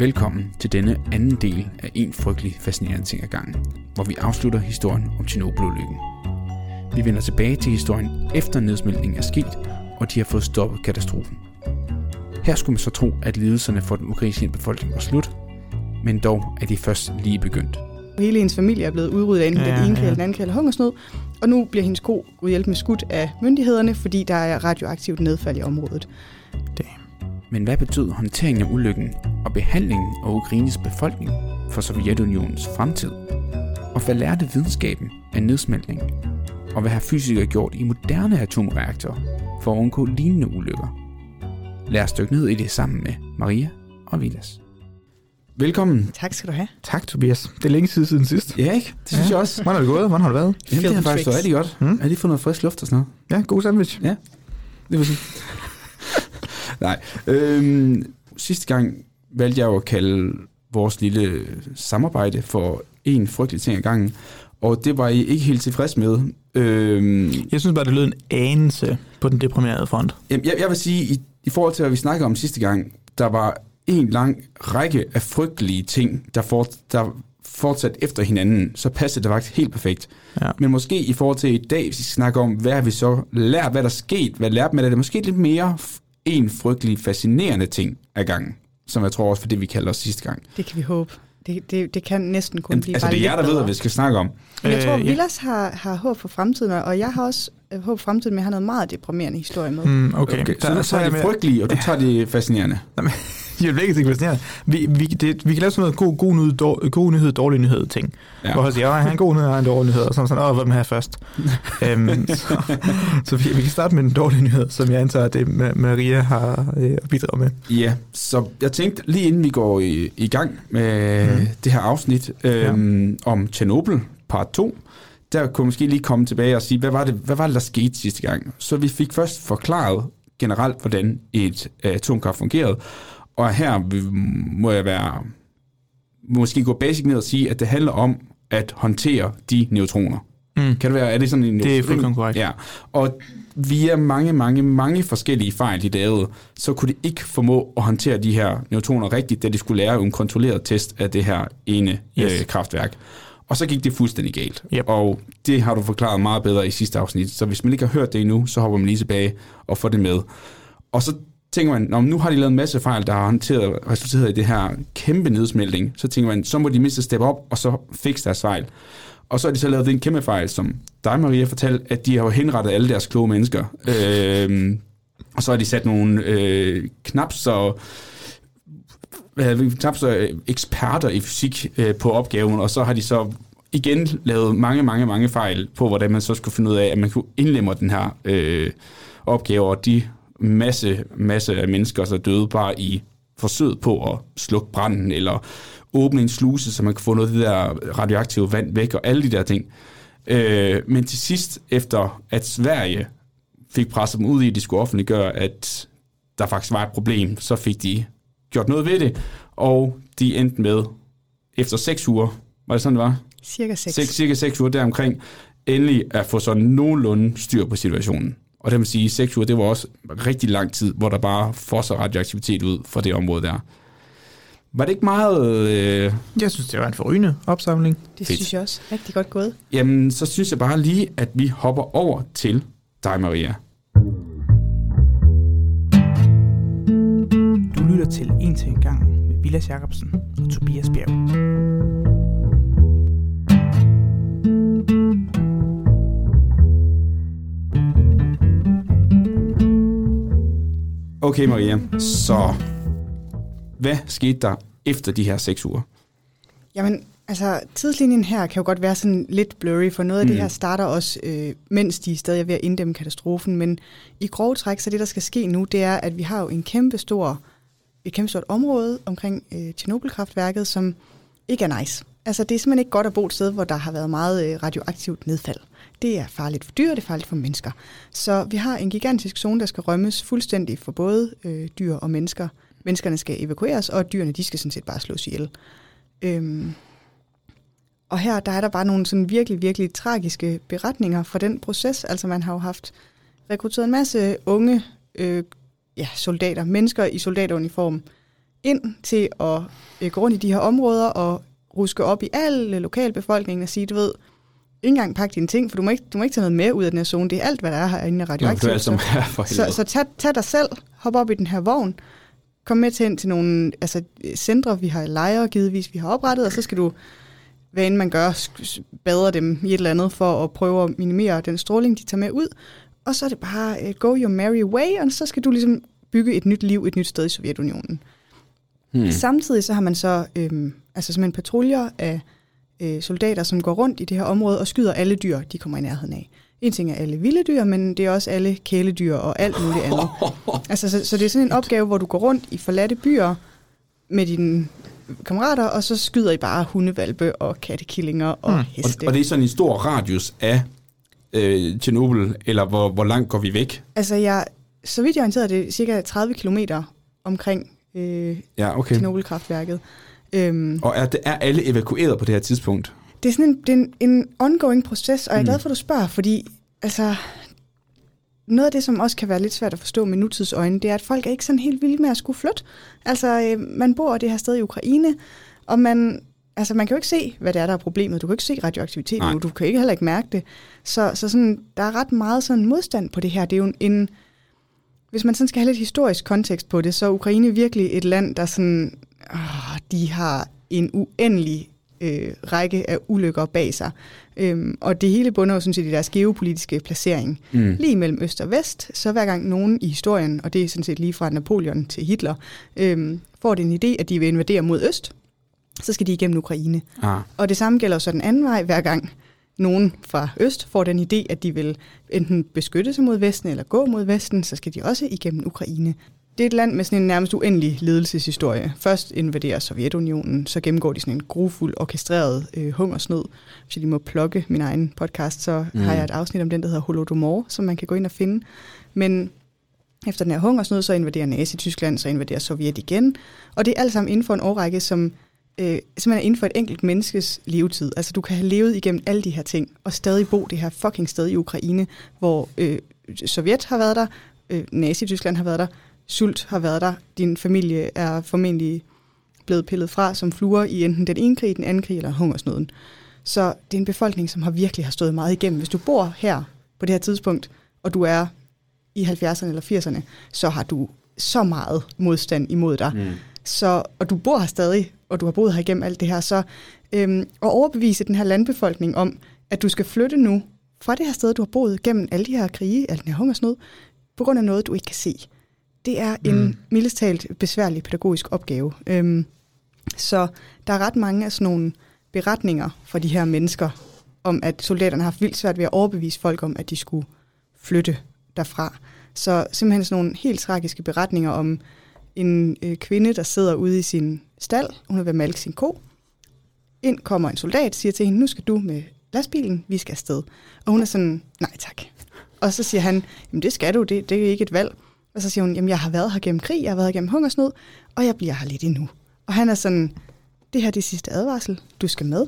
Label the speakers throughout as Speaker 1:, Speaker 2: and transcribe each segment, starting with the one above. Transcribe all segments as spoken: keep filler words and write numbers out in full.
Speaker 1: Velkommen til denne anden del af En frygtelig fascinerende ting ad gangen, hvor vi afslutter historien om Tjernobyl-ulykken. Vi vender tilbage til historien efter nedsmeltningen er sket, og de har fået stoppet katastrofen. Her skulle man så tro, at lidelserne for den ukrainske befolkning var slut, men dog er de først lige begyndt.
Speaker 2: Hele hendes familie er blevet udryddet af enten
Speaker 3: ja,
Speaker 2: den ene krig
Speaker 3: ja.
Speaker 2: eller den anden krig eller hungersnød, og nu bliver hendes ko hjælp med skudt af myndighederne, fordi der er radioaktivt nedfald i området.
Speaker 1: Men hvad betød håndteringen af ulykken og behandlingen af Ukraines befolkning for Sovjetunionens fremtid? Og hvad lærte videnskaben af nedsmeltningen? Og hvad har fysikere gjort i moderne atomreaktorer for at undgå lignende ulykker? Lad os dykke ned i det sammen med Maria og Vilas. Velkommen.
Speaker 2: Tak skal du have.
Speaker 3: Tak, Tobias. Det er længe tid siden sidst.
Speaker 1: Ja, ikke? Det synes
Speaker 3: ja.
Speaker 1: jeg også.
Speaker 3: Hvordan har det gået? Hvordan har det været?
Speaker 1: Jamen, det har faktisk været rigtig godt. Hmm? Jeg har lige fået noget frisk luft og sådan noget.
Speaker 3: Ja, god sandwich.
Speaker 1: Ja, det var sådan. Nej. Øhm, sidste gang valgte jeg jo at kalde vores lille samarbejde for en frygtelig ting ad gangen, og det var I ikke helt tilfreds med. Øhm,
Speaker 3: jeg synes bare, det lød en anelse på den deprimerede front.
Speaker 1: Jeg, jeg vil sige, i, i forhold til, hvad vi snakkede om sidste gang, der var en lang række af frygtelige ting, der, fort, der fortsat efter hinanden, så passede det faktisk helt perfekt.
Speaker 3: Ja.
Speaker 1: Men måske i forhold til i dag, hvis vi snakker om, hvad har vi så lært, hvad der skete, hvad lærte med det, det er måske lidt mere en frygtelig fascinerende ting ad gangen, som jeg tror også for det, vi kaldte os sidste gang.
Speaker 2: Det kan vi håbe. Det, det, det kan næsten kun blive
Speaker 1: altså,
Speaker 2: bare
Speaker 1: det er jer, der ved, hvad vi skal snakke om.
Speaker 2: Men jeg tror,
Speaker 3: øh,
Speaker 2: Vilas har, har håb for fremtiden, og jeg har også håb for fremtiden, men jeg har noget meget deprimerende historie med.
Speaker 3: Mm, okay.
Speaker 1: okay, så du tager det frygtelige, og du tager det fascinerende.
Speaker 3: Jamen, jeg vil ikke tænke fascinerende. Vi, vi, det, vi kan lave sådan noget god, god, nyhed, dårlig, god nyhed, dårlig nyhed ting. Ja. Hvor jeg siger, jeg har en god nyhed, og en dårlig nyhed, og sådan sådan, åh, hvad med her først? um, så så vi, vi kan starte med en dårlig nyhed, som jeg antager, at det Maria har øh, bidraget med.
Speaker 1: Ja, så jeg tænkte lige inden vi går i, i gang med mm. det her afsnit øh, ja. om Tjernobyl part to, der kunne måske lige komme tilbage og sige, hvad var det, hvad var det der skete sidste gang? Så vi fik først forklaret generelt, hvordan et atomkraft fungerede, og her må jeg være måske gå basic ned og sige, at det handler om at håndtere de neutroner. Mm. Kan det være, er det sådan en...
Speaker 3: Det er fuldkommen korrekt.
Speaker 1: Ja, og via mange, mange, mange forskellige fejl, de lavede, så kunne de ikke formå at håndtere de her neutroner rigtigt, da de skulle lære en kontrolleret test af det her ene yes. øh, kraftværk. Og så gik det fuldstændig galt. Yep. Og det har du forklaret meget bedre i sidste afsnit. Så hvis man ikke har hørt det endnu, så hopper man lige tilbage og får det med. Og så tænker man, nu har de lavet en masse fejl, der har håndteret, resulteret i det her kæmpe nedsmeltning. Så tænker man, så må de mindst steppe op, og så fikse deres fejl. Og så har de så lavet en kæmpe fejl, som dig, Maria, fortalte, at de har henrettet alle deres kloge mennesker. Øh, og så har de sat nogle øh, knap så... knap så eksperter i fysik øh, på opgaven, og så har de så igen lavet mange, mange, mange fejl på, hvordan man så skulle finde ud af, at man kunne indlemme den her øh, opgave, og de masse, masse af mennesker, der døde bare i forsøget på at slukke branden, eller åbne en sluse, så man kan få noget af det der radioaktive vand væk, og alle de der ting. Øh, men til sidst, efter at Sverige fik presset dem ud i, at de skulle offentliggøre, at der faktisk var et problem, så fik de gjort noget ved det, og de endte med, efter seks uger, var det sådan, det var?
Speaker 2: Cirka seks.
Speaker 1: Sek, cirka seks uger deromkring, endelig at få sådan nogenlunde styr på situationen. Og det vil sige, seks uger, det var også rigtig lang tid, hvor der bare fosser radioaktivitet ud fra det område der. Var det ikke meget... Øh...
Speaker 3: Jeg synes, det var en forrygende opsamling.
Speaker 2: Det Fedt. Synes jeg også. Rigtig godt gået.
Speaker 1: Jamen, så synes jeg bare lige, at vi hopper over til dig, Maria.
Speaker 3: Du lytter til En til en gang med Vilas Jacobsen og Tobias Bjerg.
Speaker 1: Okay, Maria, så hvad skete der efter de her seks uger?
Speaker 2: Jamen, altså tidslinjen her kan jo godt være sådan lidt blurry, for noget af mm. det her starter også, øh, mens de stadig er ved at inddæmme katastrofen, men i grove træk, så det der skal ske nu, det er, at vi har jo en kæmpe stor, et kæmpe stort område omkring øh, Tjernobylkraftværket, som ikke er nice. Altså det er simpelthen ikke godt at bo et sted, hvor der har været meget øh, radioaktivt nedfald. Det er farligt for dyr, det er farligt for mennesker. Så vi har en gigantisk zone, der skal rømmes fuldstændig for både øh, dyr og mennesker. Menneskerne skal evakueres, og dyrene de skal sådan set bare slås ihjel. Øhm, og her der er der bare nogle sådan virkelig, virkelig tragiske beretninger fra den proces. Altså man har jo haft rekrutteret en masse unge øh, ja, soldater, mennesker i soldateruniform, ind til at øh, gå rundt i de her områder og ruske op i alle lokalbefolkningen og sige, du ved, ikke engang pakke dine ting, for du må, ikke, du må ikke tage noget med ud af den her zone. Det er alt, hvad der er herinde radioaktivt.
Speaker 1: Ja, så,
Speaker 2: så, så tag, tag dig selv, hop op i den her vogn, kom med til, til nogle altså, centre, vi har lejre givetvis, vi har oprettet, og så skal du, hvad end man gør, badre dem i et eller andet for at prøve at minimere den stråling, de tager med ud. Og så er det bare uh, go your merry way, og så skal du ligesom bygge et nyt liv et nyt sted i Sovjetunionen. Hmm. Samtidig så har man så øhm, altså simpelthen patruljer af øh, soldater, som går rundt i det her område og skyder alle dyr, de kommer i nærheden af. En ting er alle vilde dyr, men det er også alle kæledyr og alt muligt andet. Altså, så, så det er sådan en opgave, hvor du går rundt i forladte byer med dine kammerater, og så skyder I bare hundevalpe og kattekillinger og hmm. heste.
Speaker 1: Og, og det er sådan en stor radius af øh, Tjernobyl, eller hvor, hvor langt går vi væk?
Speaker 2: Altså, jeg, så vidt jeg orienterer, det er cirka tredive kilometer omkring øh,
Speaker 1: ja, okay.
Speaker 2: Tjernobyl-kraftværket. Øhm,
Speaker 1: og er, er alle evakueret på det her tidspunkt?
Speaker 2: Det er sådan en, det er en, en ongoing proces, og jeg er glad for, at du spørger, fordi altså, noget af det, som også kan være lidt svært at forstå med nutidsøjne, det er, at folk er ikke sådan helt vilde med at skulle flytte. Altså, øh, man bor det her sted i Ukraine, og man, altså, man kan jo ikke se, hvad det er, der er problemet. Du kan ikke se radioaktivitet nu, du kan ikke heller ikke mærke det. Så, så sådan, der er ret meget sådan modstand på det her. Det er jo en, hvis man sådan skal have lidt historisk kontekst på det, så er Ukraine virkelig et land, der sådan, åh, de har en uendelig øh, række af ulykker bag sig. Øhm, og det hele bunder jo sådan set i deres geopolitiske placering. Mm. Lige mellem øst og vest, så hver gang nogen i historien, og det er sådan set lige fra Napoleon til Hitler, øhm, får det en idé, at de vil invadere mod øst, så skal de igennem Ukraine. Ah. Og det samme gælder så den anden vej, hver gang nogen fra øst får den idé, at de vil enten beskytte sig mod vesten eller gå mod vesten, så skal de også igennem Ukraine. Det er et land med sådan en nærmest uendelig ledelseshistorie. Først invaderer Sovjetunionen, så gennemgår de sådan en grufuld, orkestreret øh, hungersnød. Hvis jeg lige må plukke min egen podcast, så mm. har jeg et afsnit om den, der hedder Holodomor, som man kan gå ind og finde. Men efter den her hungersnød, så invaderer Nazi-Tyskland, så invaderer Sovjet igen. Og det er alt sammen inden for en årrække, som øh, simpelthen er inden for et enkelt menneskes levetid. Altså du kan have levet igennem alle de her ting, og stadig bo det her fucking sted i Ukraine, hvor øh, Sovjet har været der, øh, Nazi-Tyskland har været der, sult har været der. Din familie er formentlig blevet pillet fra som fluer i enten den ene krig, den anden krig eller hungersnøden. Så det er en befolkning, som har virkelig har stået meget igennem. Hvis du bor her på det her tidspunkt, og du er i halvfjerdserne eller firserne, så har du så meget modstand imod dig. Mm. Så, og du bor her stadig, og du har boet her igennem alt det her. Så øhm, at overbevise den her landbefolkning om, at du skal flytte nu fra det her sted, du har boet gennem alle de her krige, alle den her hungersnød, på grund af noget, du ikke kan se. Det er en mm. mildest talt besværlig pædagogisk opgave. Øhm, så der er ret mange af sådan nogle beretninger fra de her mennesker, om at soldaterne har haft vildt svært ved at overbevise folk om, at de skulle flytte derfra. Så simpelthen sådan nogle helt tragiske beretninger om en øh, kvinde, der sidder ude i sin stald. Hun er ved at malke sin ko. Ind kommer en soldat, siger til hende, nu skal du med lastbilen, vi skal afsted. Og hun er sådan, nej tak. Og så siger han, jamen det skal du, det, det er ikke et valg. Og så siger hun, jamen jeg har været her gennem krig, jeg har været her gennem hungersnød, og jeg bliver her lidt endnu. Og han er sådan, det her er det sidste advarsel, du skal med.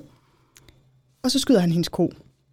Speaker 2: Og så skyder han hendes ko.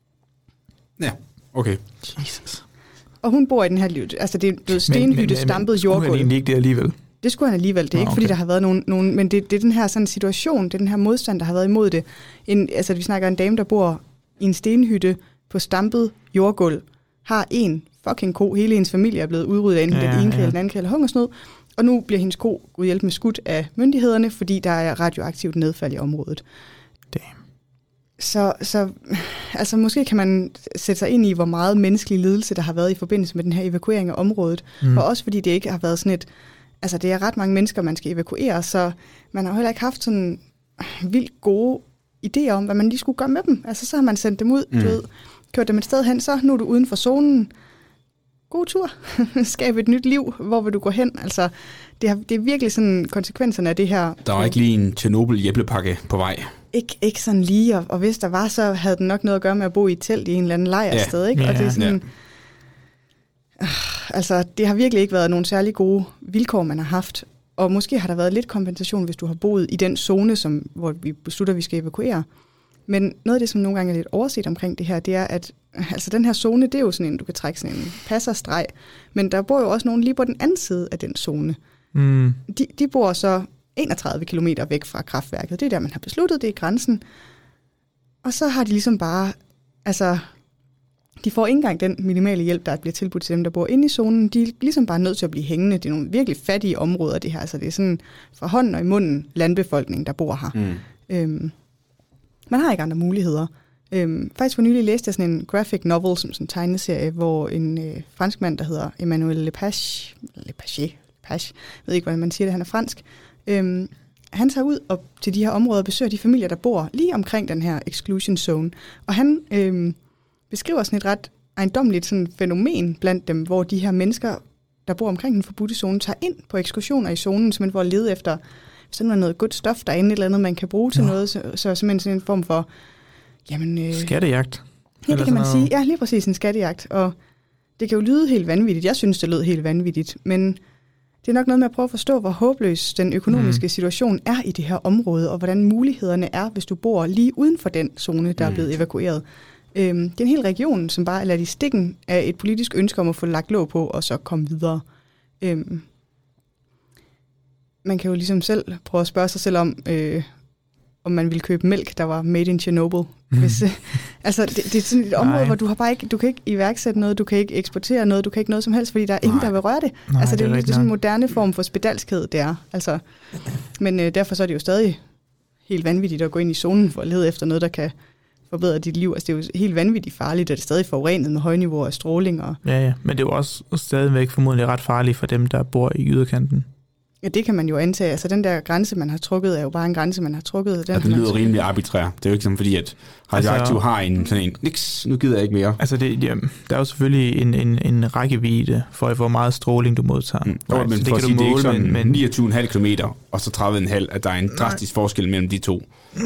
Speaker 1: Ja, okay.
Speaker 3: Jesus.
Speaker 2: Og hun bor i den her liv, altså det er blevet stenhytte, stampet jordgulv.
Speaker 3: Skulle han egentlig ikke det alligevel?
Speaker 2: Det skulle han alligevel, det er Nå, ikke okay. Fordi der har været nogen, nogen men det, det er den her sådan situation, det er den her modstand, der har været imod det. En, altså vi snakker en dame, der bor i en stenhytte på stampet jordgulv, har en fucking ko, hele hendes familie er blevet udryddet af enten ja, den ene krig ja. eller den anden krig eller hungersnød, og nu bliver hendes ko gud hjælp med skudt af myndighederne, fordi der er radioaktivt nedfald i området.
Speaker 3: Damn.
Speaker 2: Så, så altså måske kan man sætte sig ind i, hvor meget menneskelig ledelse der har været i forbindelse med den her evakuering af området, mm. og også fordi det ikke har været sådan et, altså det er ret mange mennesker, man skal evakuere, så man har heller ikke haft sådan vildt gode idéer om, hvad man lige skulle gøre med dem. Altså så har man sendt dem ud, mm. du ved, kørt dem et sted hen, så nu er du uden for zonen. God tur. Skab et nyt liv. Hvor vil du gå hen? Altså, det, har, det er virkelig sådan konsekvenserne af det her.
Speaker 1: Der var ikke lige en Tjernobyl-jæblepakke på vej.
Speaker 2: Ikke, ikke sådan lige, og, og hvis der var, så havde den nok noget at gøre med at bo i et telt i en eller anden lejrsted, ja. Ikke? Og det er sådan, ja. Altså, det har virkelig ikke været nogle særlig gode vilkår, man har haft. Og måske har der været lidt kompensation, hvis du har boet i den zone, som, hvor vi beslutter, at vi skal evakuere. Men noget af det, som nogle gange er lidt overset omkring det her, det er, at altså, den her zone, det er jo sådan en, du kan trække sådan en passerstreg, men der bor jo også nogen lige på den anden side af den zone. Mm. De, de bor så enogtredive kilometer væk fra kraftværket. Det er der, man har besluttet, det er grænsen. Og så har de ligesom bare, altså, de får ikke engang den minimale hjælp, der bliver tilbudt til dem, der bor inde i zonen. De er ligesom bare nødt til at blive hængende. Det er nogle virkelig fattige områder, det her. Altså, det er sådan fra hånden og i munden landbefolkning, der bor her. Mm. Øhm, man har ikke andre muligheder. Øhm, faktisk for nylig læste jeg sådan en graphic novel, som sådan en tegneserie, hvor en øh, franskmand, der hedder Emmanuel Lepage, Lepage, Lepage, jeg ved ikke, hvordan man siger det, han er fransk, øhm, han tager ud og til de her områder og besøger de familier, der bor lige omkring den her exclusion zone. Og han øhm, beskriver sådan et ret ejendommeligt sådan fænomen blandt dem, hvor de her mennesker, der bor omkring den forbudte zone, tager ind på ekskursioner i zonen, simpelthen for at lede efter sådan noget godt stof, der er inde et eller andet, man kan bruge til ja. noget, så, så simpelthen sådan en form for jamen, øh,
Speaker 3: skattejagt.
Speaker 2: Ja, det kan man sige. Ja, lige præcis en skattejagt. Og det kan jo lyde helt vanvittigt. Jeg synes, det lød helt vanvittigt, men det er nok noget med at prøve at forstå, hvor håbløs den økonomiske mm. situation er i det her område, og hvordan mulighederne er, hvis du bor lige uden for den zone, der mm. er blevet evakueret. Øhm, det er en hel region, som bare er ladt i stikken af et politisk ønske om at få lagt låg på, og så komme videre. Øhm, man kan jo ligesom selv prøve at spørge sig selv om, øh, om man ville købe mælk, der var made in Chernobyl. Mm. Hvis, øh, altså, det, det er sådan et område, Nej. hvor du har bare ikke, du kan ikke iværksætte noget, du kan ikke eksportere noget, du kan ikke noget som helst, fordi der er ingen, Nej. der vil røre det. Nej, altså, det, det er jo sådan en moderne form for spedalskhed, det er. Altså, men øh, derfor så er det jo stadig helt vanvittigt at gå ind i zonen for at lede efter noget, der kan forbedre dit liv. Altså, det er jo helt vanvittigt farligt, og det er stadig forurenet med høje niveauer af stråling. Og
Speaker 3: ja, ja, men det er jo også stadigvæk formodentlig ret farligt for dem, der bor i yderkanten.
Speaker 2: Ja, det kan man jo antage. Altså, den der grænse, man har trukket, er jo bare en grænse, man har trukket. Den,
Speaker 1: ja, den lyder rimelig arbitrær. Det er jo ikke sådan, fordi at radioaktiv altså, har en sådan en, niks, nu gider jeg ikke mere.
Speaker 3: Altså, det, ja, der er jo selvfølgelig en, en, en rækkevidde for, hvor meget stråling du modtager.
Speaker 1: Mm. Right? Men så for det, kan sige, du måle, det er ikke sådan men, niogtyve komma fem kilometer, og så tredive komma fem, at der er en drastisk nej. forskel mellem de to.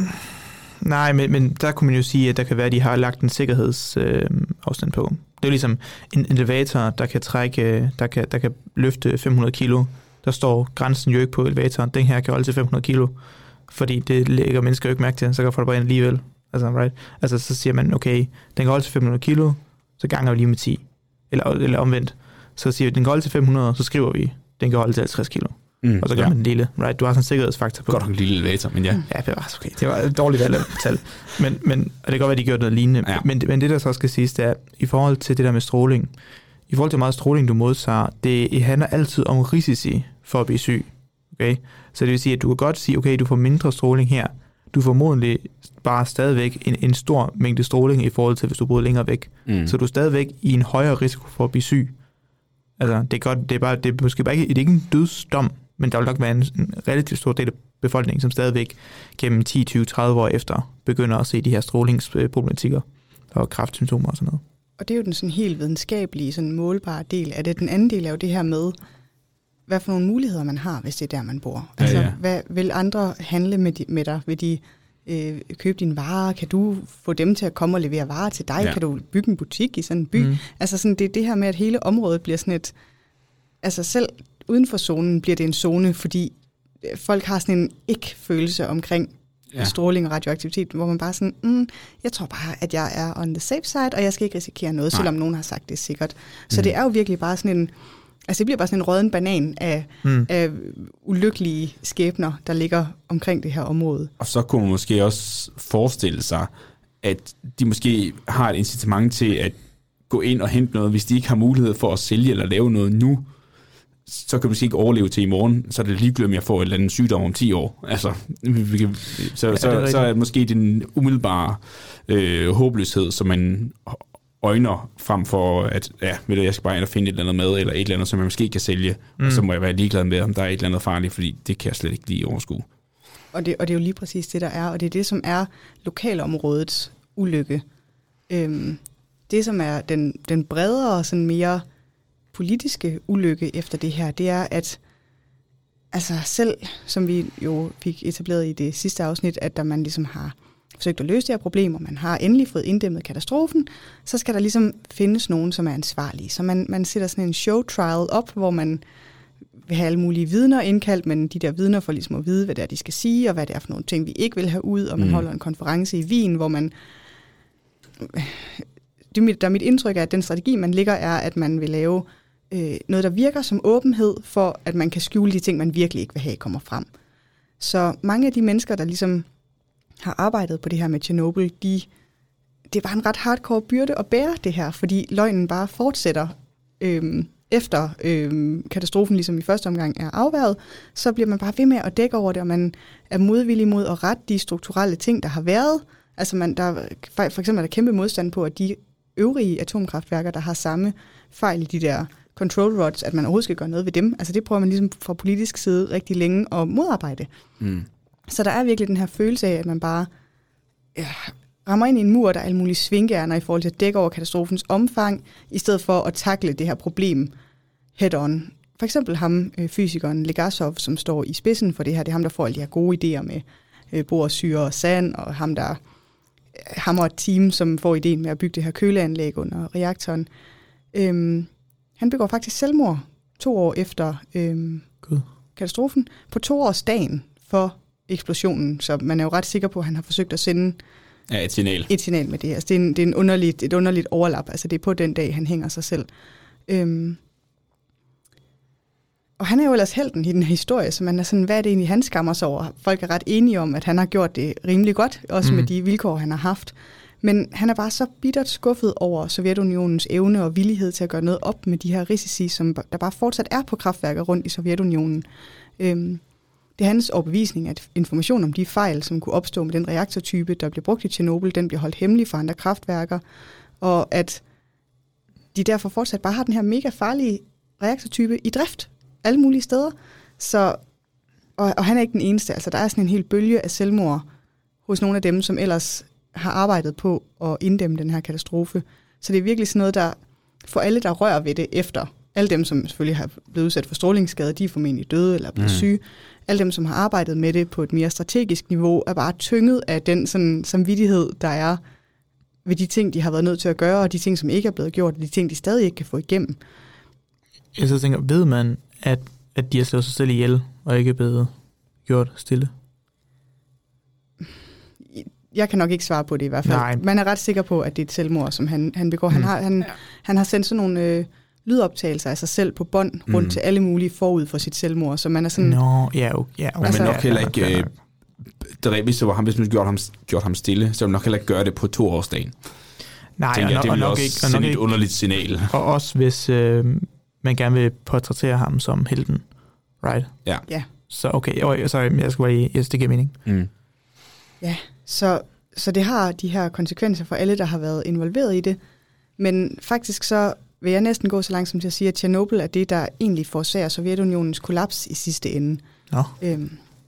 Speaker 3: Nej, men, men der kunne man jo sige, at der kan være, at de har lagt en sikkerhedsafstand øh, på. Det er jo ligesom en elevator, der kan trække, der kan, der kan løfte fem hundrede kilo. Der står grænsen jo ikke på elevatoren. Den her kan holde til fem hundrede kilo, fordi det lægger mennesker jo ikke mærke til, så kan folk bare ind alligevel. Altså, right? Altså, så siger man, okay, den kan holde til fem hundrede kilo, så ganger vi lige med ti. Eller, eller omvendt. Så siger vi, den kan holde til fem hundrede, så skriver vi, den kan holde til halvtreds kilo. Mm, og så gør ja. man den lille, right? Du har sådan en sikkerhedsfaktor på.
Speaker 1: Godt nok en lille elevator, men ja.
Speaker 3: Ja, det var okay. Det var et dårligt valg tal. Men, men, og det kan godt være, at de gjorde noget lignende. Ja. Men, men det, der så skal siges, det er, i forhold til det der med stråling, i forhold til hvor meget stråling, du modtager, det handler altid om risici for at blive syg. Okay? Så det vil sige, at du kan godt sige, okay, du får mindre stråling her. Du får formodentlig bare stadigvæk en, en stor mængde stråling i forhold til, hvis du boede længere væk. Mm. Så du er stadigvæk i en højere risiko for at blive syg. Altså, det er godt, det er, bare, det er måske bare ikke, det er ikke en dødsdom, men der vil nok være en, en relativt stor del af befolkningen, som stadigvæk gennem ti, tyve, tredive år efter begynder at se de her strålingsproblematikker og kræftsymptomer og sådan noget.
Speaker 2: Og det er jo den sådan helt videnskabelige, sådan målbare del af det. Den anden del er jo det her med, hvad for nogle muligheder man har, hvis det er der, man bor. Ja, altså, ja. Hvad vil andre handle med, de, med dig? Vil de øh, købe dine varer? Kan du få dem til at komme og levere varer til dig? Ja. Kan du bygge en butik i sådan en by? Mm. Altså sådan, det er det her med, at hele området bliver sådan et, altså selv uden for zonen bliver det en zone, fordi folk har sådan en ikke-følelse omkring ja. stråling og radioaktivitet, hvor man bare sådan, mm, jeg tror bare, at jeg er on the safe side, og jeg skal ikke risikere noget, Nej. selvom nogen har sagt, det er sikkert. Så mm. det er jo virkelig bare sådan en, altså det bliver bare sådan en rådden banan af, mm. af ulykkelige skæbner, der ligger omkring det her område.
Speaker 1: Og så kunne man måske også forestille sig, at de måske har et incitament til at gå ind og hente noget, hvis de ikke har mulighed for at sælge eller lave noget nu, så kan du måske ikke overleve til i morgen, så er det ligegyldigt, om jeg får et eller andet sygdom om ti år. Altså, vi kan, så, ja, så, er så er måske den umiddelbare øh, håbløshed, som man øjner frem for, at ja, ved du, jeg skal bare ind og finde et eller andet mad, eller et eller andet, som jeg måske kan sælge, mm. og så må jeg være ligeglad med, om der er et eller andet farligt, fordi det kan jeg slet ikke lige overskue.
Speaker 2: Og det, og det er jo lige præcis det, der er, og det er det, som er lokalområdets ulykke. Øhm, det, som er den, den bredere, sådan mere politiske ulykke efter det her, det er, at altså selv, som vi jo fik etableret i det sidste afsnit, at der man ligesom har forsøgt at løse de her problemer, man har endelig fået inddæmmet katastrofen, så skal der ligesom findes nogen, som er ansvarlige. Så man, man sætter sådan en show trial op, hvor man vil have alle mulige vidner indkaldt, men de der vidner får ligesom at vide, hvad det er, de skal sige, og hvad det er for nogle ting, vi ikke vil have ud, og man mm. holder en konference i Wien, hvor man det er mit, der er mit indtryk af, at den strategi, man ligger, er, at man vil lave øh, noget, der virker som åbenhed, for at man kan skjule de ting, man virkelig ikke vil have, kommer frem. Så mange af de mennesker, der ligesom har arbejdet på det her med Tjernobyl, de, det var en ret hardcore byrde at bære det her, fordi løgnen bare fortsætter øhm, efter øhm, katastrofen ligesom i første omgang er afværget, så bliver man bare ved med at dække over det, og man er modvillig mod at rette de strukturelle ting, der har været. Altså man, der, for eksempel er der kæmpe modstand på, at de øvrige atomkraftværker, der har samme fejl i de der control rods, at man overhovedet skal gøre noget ved dem. Altså det prøver man ligesom fra politisk side rigtig længe at modarbejde. Mm. Så der er virkelig den her følelse af, at man bare ja, rammer ind i en mur, der er alle mulige svingærner i forhold til at dække over katastrofens omfang, i stedet for at takle det her problem head on. For eksempel ham, fysikeren Legasov, som står i spidsen for det her, det er ham, der får alle de her gode idéer med bor, syre og sand, og ham, der ham og et team, som får ideen med at bygge det her køleanlæg under reaktoren. Øhm, han begår faktisk selvmord to år efter øhm, katastrofen, på toårsdagen for eksplosionen, så man er jo ret sikker på, at han har forsøgt at sende
Speaker 1: ja, et signal.
Speaker 2: Et signal med det her. Altså, det er, en, det er en underligt, et underligt overlap, altså det er på den dag, han hænger sig selv. Øhm, og han er jo ellers helten i den historie, så man er sådan, hvad er det egentlig, han skammer sig over? Folk er ret enige om, at han har gjort det rimelig godt, også mm. med de vilkår, han har haft. Men han er bare så bittert skuffet over Sovjetunionens evne og villighed til at gøre noget op med de her risici, som der bare fortsat er på kraftværker rundt i Sovjetunionen. Øhm, det er hans overbevisning, at information om de fejl, som kunne opstå med den reaktortype, der blev brugt i Tjernobyl, den bliver holdt hemmelig for andre kraftværker, og at de derfor fortsat bare har den her mega farlige reaktortype i drift alle mulige steder. Så, og, og han er ikke den eneste. Altså, der er sådan en hel bølge af selvmord hos nogle af dem, som ellers har arbejdet på at inddæmme den her katastrofe. Så det er virkelig sådan noget, der for alle, der rører ved det efter, alle dem, som selvfølgelig har blevet udsat for strålingsskade, de er formentlig døde eller blevet mm. syge. Alle dem, som har arbejdet med det på et mere strategisk niveau, er bare tynget af den sådan, samvittighed, der er ved de ting, de har været nødt til at gøre, og de ting, som ikke er blevet gjort, og de ting, de stadig ikke kan få igennem.
Speaker 3: Jeg så tænker, ved man, at, at de har slået sig selv ihjel, og ikke blevet gjort stille?
Speaker 2: Jeg kan nok ikke svare på det i hvert fald. Nej. Man er ret sikker på, at det er et selvmord, som han, han begår. Mm. Han, har, han, ja. han har sendt sådan nogle øh, lydoptagelser af sig selv på bånd rundt mm. til alle mulige forud for sit selvmord, så man er sådan...
Speaker 3: Nå, ja, okay. Ja,
Speaker 1: okay. Altså, men nok heller ikke... Øh, det, hvis det var ham, hvis man gjorde ham, gjort ham stille, så ville man nok heller ikke gøre det på toårsdagen.
Speaker 3: Nej,
Speaker 1: tænker,
Speaker 3: og,
Speaker 1: det ville
Speaker 3: og
Speaker 1: også
Speaker 3: ikke,
Speaker 1: sende
Speaker 3: nok
Speaker 1: et
Speaker 3: ikke,
Speaker 1: underligt signal.
Speaker 3: Og også hvis øh, man gerne vil portrættere ham som helten, right?
Speaker 2: Ja. ja.
Speaker 3: Så okay, oh, sorry, jeg skal bare lige, yes, det giver mening. Mm.
Speaker 2: Ja, så... Så det har de her konsekvenser for alle, der har været involveret i det. Men faktisk så vil jeg næsten gå så langt som til at sige, at Tjernobyl er det, der egentlig forårsager Sovjetunionens kollaps i sidste ende.
Speaker 3: Nå.
Speaker 2: Øhm,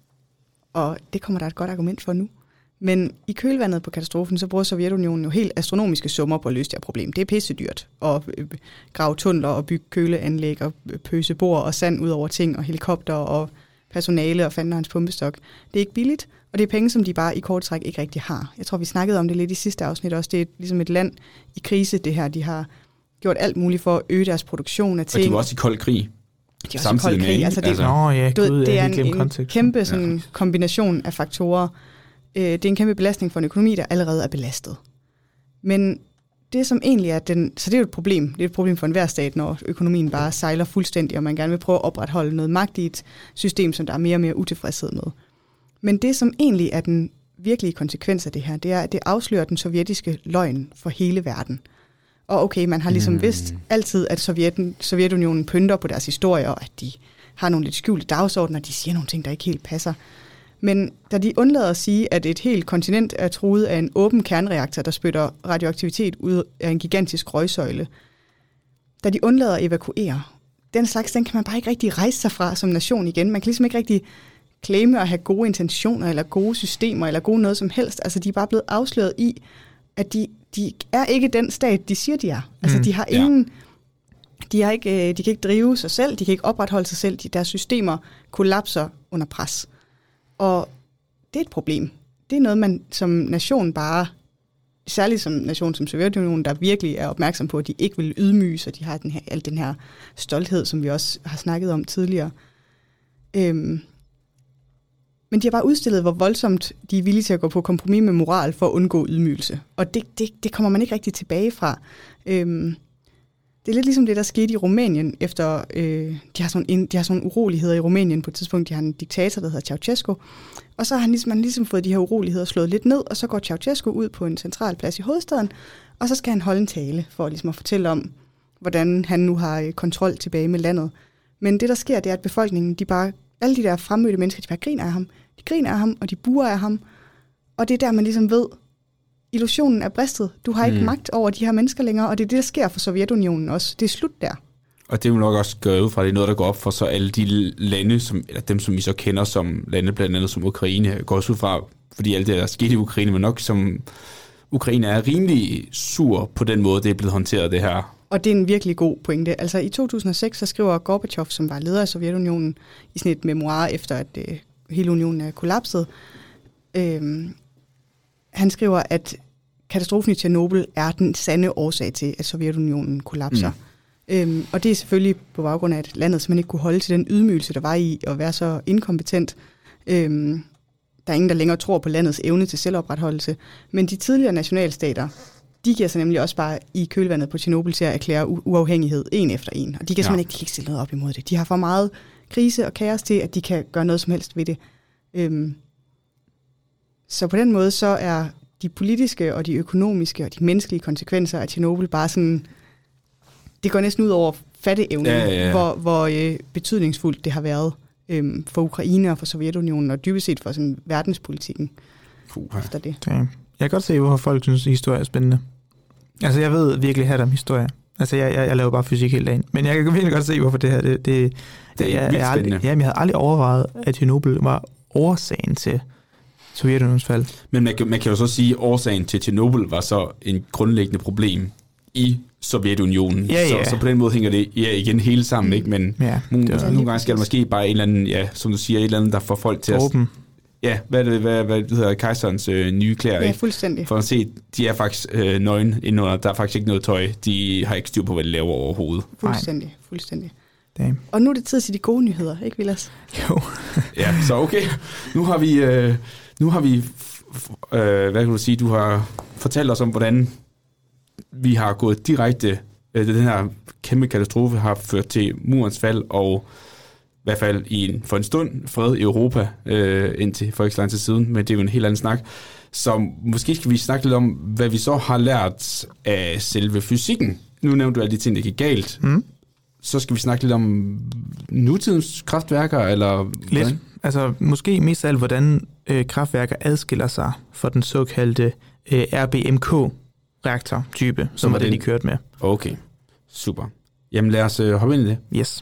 Speaker 2: og det kommer der et godt argument for nu. Men i kølvandet på katastrofen, så bruger Sovjetunionen jo helt astronomiske summer på at løse det her problem. Det er pissedyrt at grave tunneler og bygge køleanlæg og pøse bord og sand ud over ting og helikopter og personale og fanden hans pumpestok. Det er ikke billigt, og det er penge, som de bare i kort træk ikke rigtig har. Jeg tror, vi snakkede om det lidt i sidste afsnit også. Det er ligesom et land i krise, det her. De har gjort alt muligt for at øge deres produktion af ting.
Speaker 1: Og de var også i kold krig.
Speaker 2: De var også i kold krig. Altså, det,
Speaker 3: altså, Nå, ja,
Speaker 2: du,
Speaker 3: Gud,
Speaker 2: det er en, en kæmpe sådan, ja. kombination af faktorer. Det er en kæmpe belastning for en økonomi, der allerede er belastet. Men det som egentlig er den... Så det er jo et problem. Det er et problem for enhver stat, når økonomien bare sejler fuldstændig, og man gerne vil prøve at opretholde noget magt i et system, som der er mere og mere utilfredshed med. Men det, som egentlig er den virkelige konsekvens af det her, det er, at det afslører den sovjetiske løgn for hele verden. Og okay, man har ligesom mm. vidst altid, at Sovjeten, Sovjetunionen pynter på deres historie, og at de har nogle lidt skjulte dagsordner, de siger nogle ting, der ikke helt passer. Men da de undlader at sige, at et helt kontinent er truet af en åben kernereaktor, der spytter radioaktivitet ud af en gigantisk røgsøjle, da de undlader at evakuere, den slags, den kan man bare ikke rigtig rejse sig fra som nation igen. Man kan ligesom ikke rigtig claime at have gode intentioner, eller gode systemer, eller gode noget som helst. Altså, de er bare blevet afsløret i, at de, de er ikke den stat, de siger, de er. Altså, mm, de har ingen... Ja. De, har ikke, de kan ikke drive sig selv, de kan ikke opretholde sig selv. De, deres systemer kollapser under pres. Og det er et problem. Det er noget, man som nation bare, særligt som nation som Sovjetunionen, der virkelig er opmærksom på, at de ikke vil ydmyge, og de har den her, al den her stolthed, som vi også har snakket om tidligere. Øhm, men de har bare udstillet, hvor voldsomt de er villige til at gå på kompromis med moral for at undgå ydmygelse. Og det, det, det kommer man ikke rigtig tilbage fra. Øhm, det er lidt ligesom det, der skete i Rumænien, efter øh, de, har sådan, de har sådan uroligheder i Rumænien på et tidspunkt. De har en diktator, der hedder Ceausescu. Og så har han ligesom, man ligesom fået de her uroligheder slået lidt ned, og så går Ceausescu ud på en central plads i hovedstaden, og så skal han holde en tale for ligesom at fortælle om, hvordan han nu har kontrol tilbage med landet. Men det, der sker, det er, at befolkningen, de bare, alle de der fremmødte mennesker, de bare griner af ham. De griner af ham, og de buer af ham. Og det er der, man ligesom ved, illusionen er bristet. Du har ikke mm. magt over de her mennesker længere, og det er det, der sker for Sovjetunionen også. Det er slut der.
Speaker 1: Og det vil nok også gøre ud fra, det er noget, der går op for så alle de lande, som, eller dem, som vi så kender som lande, blandt andet som Ukraine, går også ud fra, fordi alt det, der er sket i Ukraine, men nok som Ukraine er rimelig sur på den måde, det er blevet håndteret, det her.
Speaker 2: Og det er en virkelig god pointe. Altså i to tusind og seks, så skriver Gorbachev, som var leder af Sovjetunionen, i sådan et memoir, efter at øh, hele unionen er kollapset. Øh, han skriver, at katastrofen i Tjernobyl er den sande årsag til, at Sovjetunionen kollapser. Mm. Øhm, og det er selvfølgelig på baggrund af, at landet simpelthen ikke kunne holde til den ydmygelse, der var i at være så inkompetent. Øhm, der er ingen, der længere tror på landets evne til selvopretholdelse. Men de tidligere nationalstater, de giver sig nemlig også bare i kølvandet på Tjernobyl til at erklære u- uafhængighed en efter en. Og de kan simpelthen ja. ikke, de kan ikke stille noget op imod det. De har for meget krise og kaos til, at de kan gøre noget som helst ved det. Øhm, så på den måde så er de politiske og de økonomiske og de menneskelige konsekvenser af Tjernobyl bare sådan, det går næsten ud over fatteevnen, ja, ja, ja. hvor, hvor øh, betydningsfuldt det har været øh, for Ukraine og for Sovjetunionen, og dybest set for sådan, verdenspolitikken Fuh, efter det.
Speaker 3: Okay. Jeg kan godt se, hvorfor folk synes, at historie er spændende. Altså, jeg ved virkelig her om historie. Altså, jeg, jeg, jeg laver bare fysik hele dagen. Men jeg kan virkelig godt se, hvorfor det her, det, det, det er jeg, jeg, aldrig, jamen, jeg havde aldrig overvejet, at Tjernobyl var årsagen til Sovjetunionens fald.
Speaker 1: Men man kan, man kan jo så sige, at årsagen til Tjernobyl var så en grundlæggende problem i Sovjetunionen.
Speaker 3: Ja, ja.
Speaker 1: Så, så på den måde hænger det ja, igen hele sammen, ikke? Men
Speaker 3: ja,
Speaker 1: nogle, nogle gange skal der måske bare en eller anden, ja, som du siger, et eller andet, der får folk til
Speaker 3: Åben.
Speaker 1: at... Ja, hvad er det, hvad, hvad det hedder, kejserens øh, nye klæder,
Speaker 2: ja,
Speaker 1: ikke?
Speaker 2: Fuldstændig.
Speaker 1: For at se, de er faktisk øh, nøgen indenunder. Der er faktisk ikke noget tøj. De har ikke styr på, hvad de laver overhovedet.
Speaker 2: Fuldstændig, fuldstændig.
Speaker 3: Damn.
Speaker 2: Og nu er det tid til de gode nyheder, ikke Vilas?
Speaker 3: Jo.
Speaker 1: Ja, så okay. Nu har vi... Øh, nu har vi øh, hvad kan du sige, du har fortalt os om, hvordan vi har gået direkte, øh, den her kæmpe katastrofe har ført til murens fald, og i hvert fald i en, for en stund fred i Europa, øh, indtil for ikke så lang tid siden, men det er jo en helt anden snak. Så måske skal vi snakke lidt om, hvad vi så har lært af selve fysikken. Nu nævnte du alle de ting, der gik galt. Mm. Så skal vi snakke lidt om nutidens kraftværker, eller
Speaker 3: lidt. Hvordan? Altså måske mest af alt, hvordan øh, kraftværker adskiller sig fra den såkaldte øh, R B M K-reaktor-type, som, som var det, de kørte med.
Speaker 1: Okay, super. Jamen lad os øh, hoppe ind i det.
Speaker 3: Yes.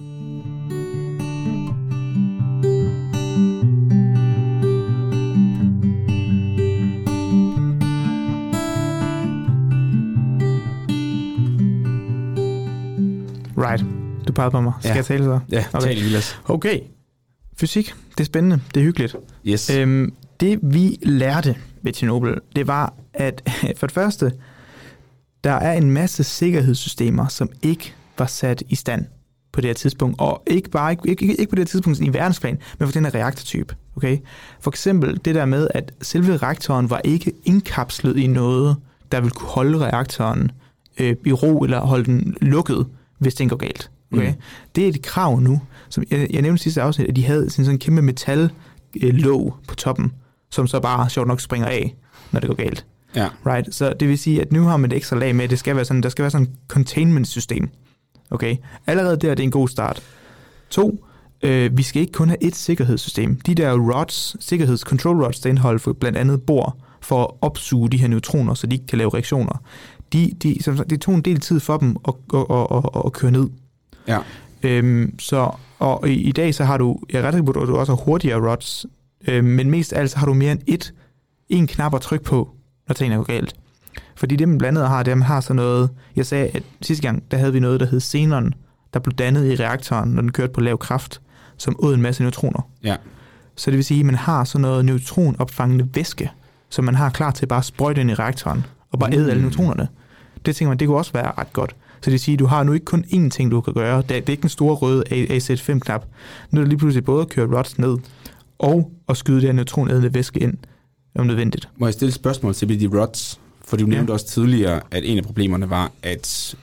Speaker 3: Right. Du pegede på mig. Skal ja. jeg tale så?
Speaker 1: Ja,
Speaker 3: okay.
Speaker 1: tale Vilas.
Speaker 3: Okay. Fysik, det er spændende. Det er hyggeligt.
Speaker 1: Yes.
Speaker 3: Øhm, det vi lærte ved Tjernobyl, det var, at for det første, der er en masse sikkerhedssystemer, som ikke var sat i stand på det her tidspunkt. Og ikke bare ikke, ikke, ikke på det her tidspunkt i verdensplan, men for den her reaktortype. Okay? For eksempel det der med, at selve reaktoren var ikke indkapslet i noget, der ville kunne holde reaktoren øh, i ro eller holde den lukket, hvis det går galt. Okay? Mm. Det er et krav nu. Som jeg, jeg nævnte sidste afsnit, at de havde sådan en kæmpe metallåg på toppen, som så bare sjovt nok springer af, når det går galt.
Speaker 1: Ja.
Speaker 3: Right? Så det vil sige, at nu har man et ekstra lag med, at det skal være sådan, der skal være sådan et containment-system. Okay? Allerede der, det er en god start. To, øh, vi skal ikke kun have et sikkerhedssystem. De der rods, sikkerheds-control rods, der indeholder for blandt andet bor for at opsuge de her neutroner, så de ikke kan lave reaktioner. De, de, som, det tog en del tid for dem at, at, at, at, at køre ned.
Speaker 1: Ja.
Speaker 3: Øhm, så, og i, i dag så har du, jeg er ret sikker på, at du også har hurtigere rods, øhm, men mest af alt så har du mere end et, en knap at trykke på, når tingene går galt. Fordi det man blandt andet har, det er, man har sådan noget, jeg sagde, at sidste gang, der havde vi noget, der hed xenon, der blev dannet i reaktoren, når den kørte på lav kraft, som åd en masse neutroner.
Speaker 1: Ja. Så
Speaker 3: det vil sige, at man har sådan noget neutronopfangende væske, som man har klar til bare at sprøjte ind i reaktoren, og bare æde mm. alle neutronerne. Det tænker man, det kunne også være ret godt. Så det vil sige, at du har nu ikke kun én ting, du kan gøre. Det er, det er ikke en stor røde A Z fem-knap. Nu er det lige pludselig både at køre rods ned, og at skyde det her neutronædende væske ind, om nødvendigt.
Speaker 1: Må jeg stille et spørgsmål til de rods? For du nævnte ja. også tidligere, at en af problemerne var, at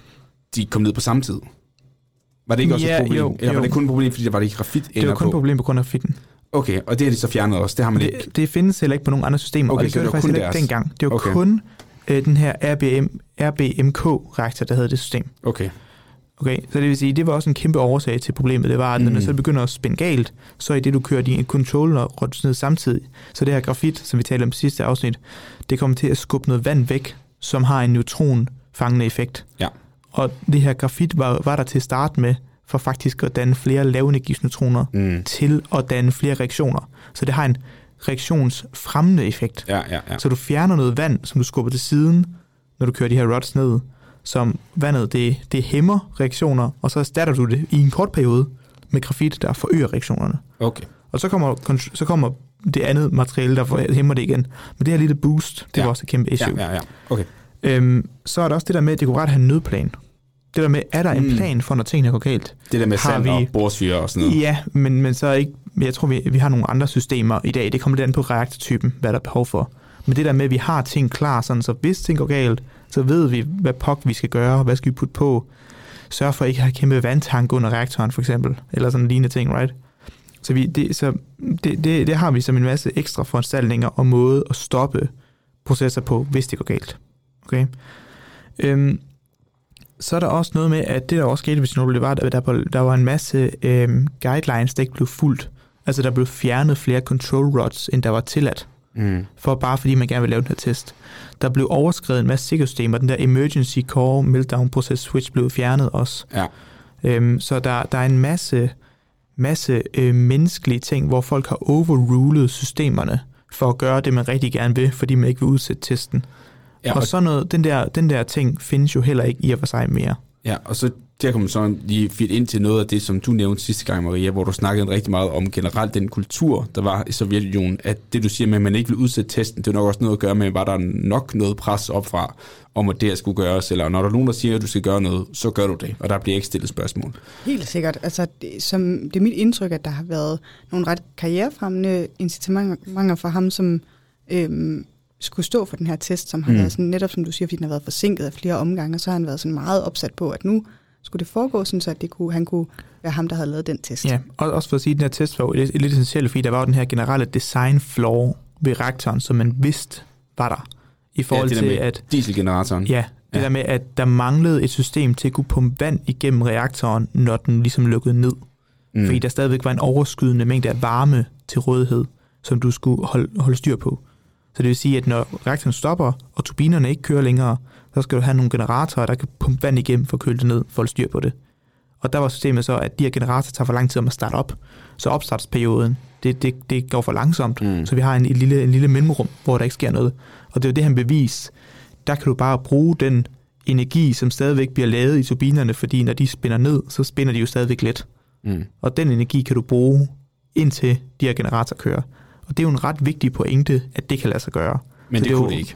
Speaker 1: de kom ned på samme tid? Var det ikke også
Speaker 3: ja,
Speaker 1: et problem?
Speaker 3: Jo,
Speaker 1: Eller var
Speaker 3: jo.
Speaker 1: det kun et problem, fordi der var det ikke grafit?
Speaker 3: Det var kun et problem på grund af grafitten.
Speaker 1: Okay, og det har de så fjernet også, det har man
Speaker 3: det,
Speaker 1: ikke?
Speaker 3: Det findes heller ikke på nogen andre systemer,
Speaker 1: Okay,
Speaker 3: og det gjorde det faktisk heller ikke dengang. Det var
Speaker 1: okay.
Speaker 3: kun øh, den her R B M, R B M K-reaktor, der havde det system.
Speaker 1: Okay.
Speaker 3: Okay, så det vil sige, det var også en kæmpe årsag til problemet. Det var, at når mm. det så begynder at spænde galt, så i det, du kører din controller ned samtidig, så det her grafit, som vi talte om sidste afsnit, det kommer til at skubbe noget vand væk, som har en neutronfangende effekt.
Speaker 1: Ja.
Speaker 3: Og det her grafit var, var der til at starte med, for faktisk at danne flere lavendegiftsneutroner mm. til at danne flere reaktioner. Så det har en reaktionsfremmende effekt.
Speaker 1: Ja, ja, ja.
Speaker 3: Så du fjerner noget vand, som du skubber til siden, når du kører de her rods ned, som vandet, det, det hæmmer reaktioner, og så erstatter du det i en kort periode med grafit, der forøger reaktionerne.
Speaker 1: Okay.
Speaker 3: Og så kommer, så kommer det andet materiale, der hæmmer det igen. Men det her lille boost, det ja. var også et kæmpe issue.
Speaker 1: Ja, ja, ja. Okay.
Speaker 3: Øhm, så er der også det der med, at det kunne ret have en nødplan. Det der med, er der en plan for, når tingene går galt?
Speaker 1: Det der med sand vi... og borsyre og sådan noget.
Speaker 3: Ja, men, men så ikke... Jeg tror, vi, vi har nogle andre systemer i dag. Det kommer lidt an på reaktortypen, hvad der er behov for. Men det der med, at vi har ting klar, sådan, så hvis ting går galt, så ved vi, hvad pok vi skal gøre, hvad skal vi putte på. Sørg for at ikke have kæmpe vandtank under reaktoren, for eksempel. Eller sådan lignende ting, right? Så, vi, det, så det, det, det har vi som en masse ekstra foranstaltninger og måde at stoppe processer på, hvis det går galt. Okay? Øhm, så er der også noget med, at det der også skete ved Chernobyl, det var, at der, der var en masse øhm, guidelines, der ikke blev fulgt. Altså der blev fjernet flere control rods, end der var tilladt. Mm. For bare fordi man gerne vil lave den her test. Der blev overskredet en masse sikkerhedssystemer. Den der emergency core meltdown process switch blev fjernet også.
Speaker 1: Ja.
Speaker 3: Øhm, så der, der er en masse, masse øh, menneskelige ting, hvor folk har overrulet systemerne for at gøre det, man rigtig gerne vil, fordi man ikke vil udsætte testen. Ja, og, og så noget, den der, den der ting findes jo heller ikke i og for sig mere.
Speaker 1: Ja, og så der kommer så lige fit ind til noget af det, som du nævnte sidste gang, Maria, hvor du snakkede rigtig meget om generelt den kultur, der var i Sovjetunionen, at det, du siger med, at man ikke vil udsætte testen, det er nok også noget at gøre med, var der nok noget pres op fra, om at det skulle gøres, eller når der er nogen, der siger, at du skal gøre noget, så gør du det, og der bliver ikke stillet spørgsmål. Helt
Speaker 2: sikkert. Altså, det, som, det er mit indtryk, at der har været nogle ret karrierefremmende incitamenter for ham, som øhm, skulle stå for den her test, som har mm. været sådan, netop som du siger, fordi den har været forsinket af flere omgange, og så har han været sådan meget opsat på, at nu skulle det foregå, sådan, så at det kunne, han kunne være ham, der havde lavet den test.
Speaker 3: Ja, og også for at sige, at den her test var lidt, lidt essentielt, fordi der var den her generelle design flaw ved reaktoren, som man vidste var der. I forhold
Speaker 1: ja, det
Speaker 3: til,
Speaker 1: der med
Speaker 3: at
Speaker 1: dieselgeneratoren.
Speaker 3: Ja, det ja. der med, at der manglede et system til at kunne pumpe vand igennem reaktoren, når den ligesom lukkede ned. Mm. Fordi der stadigvæk var en overskydende mængde af varme til rådighed, som du skulle holde, holde styr på. Så det vil sige, at når reaktoren stopper, og turbinerne ikke kører længere, så skal du have nogle generatorer, der kan pumpe vand igennem for at køle det ned, for at holde styr på det. Og der var systemet så, at de her generatorer tager for lang tid om at starte op. Så opstartsperioden, det, det, det går for langsomt. Mm. Så vi har en, en, lille, en lille mellemrum, hvor der ikke sker noget. Og det er jo det, han bevis. Der kan du bare bruge den energi, som stadigvæk bliver lavet i turbinerne, fordi når de spinner ned, så spinner de jo stadigvæk let. Mm. Og den energi kan du bruge, indtil de her generatorer kører. Og det er jo en ret vigtig pointe, at det kan lade sig gøre.
Speaker 1: Men så det, det kunne jo, det ikke.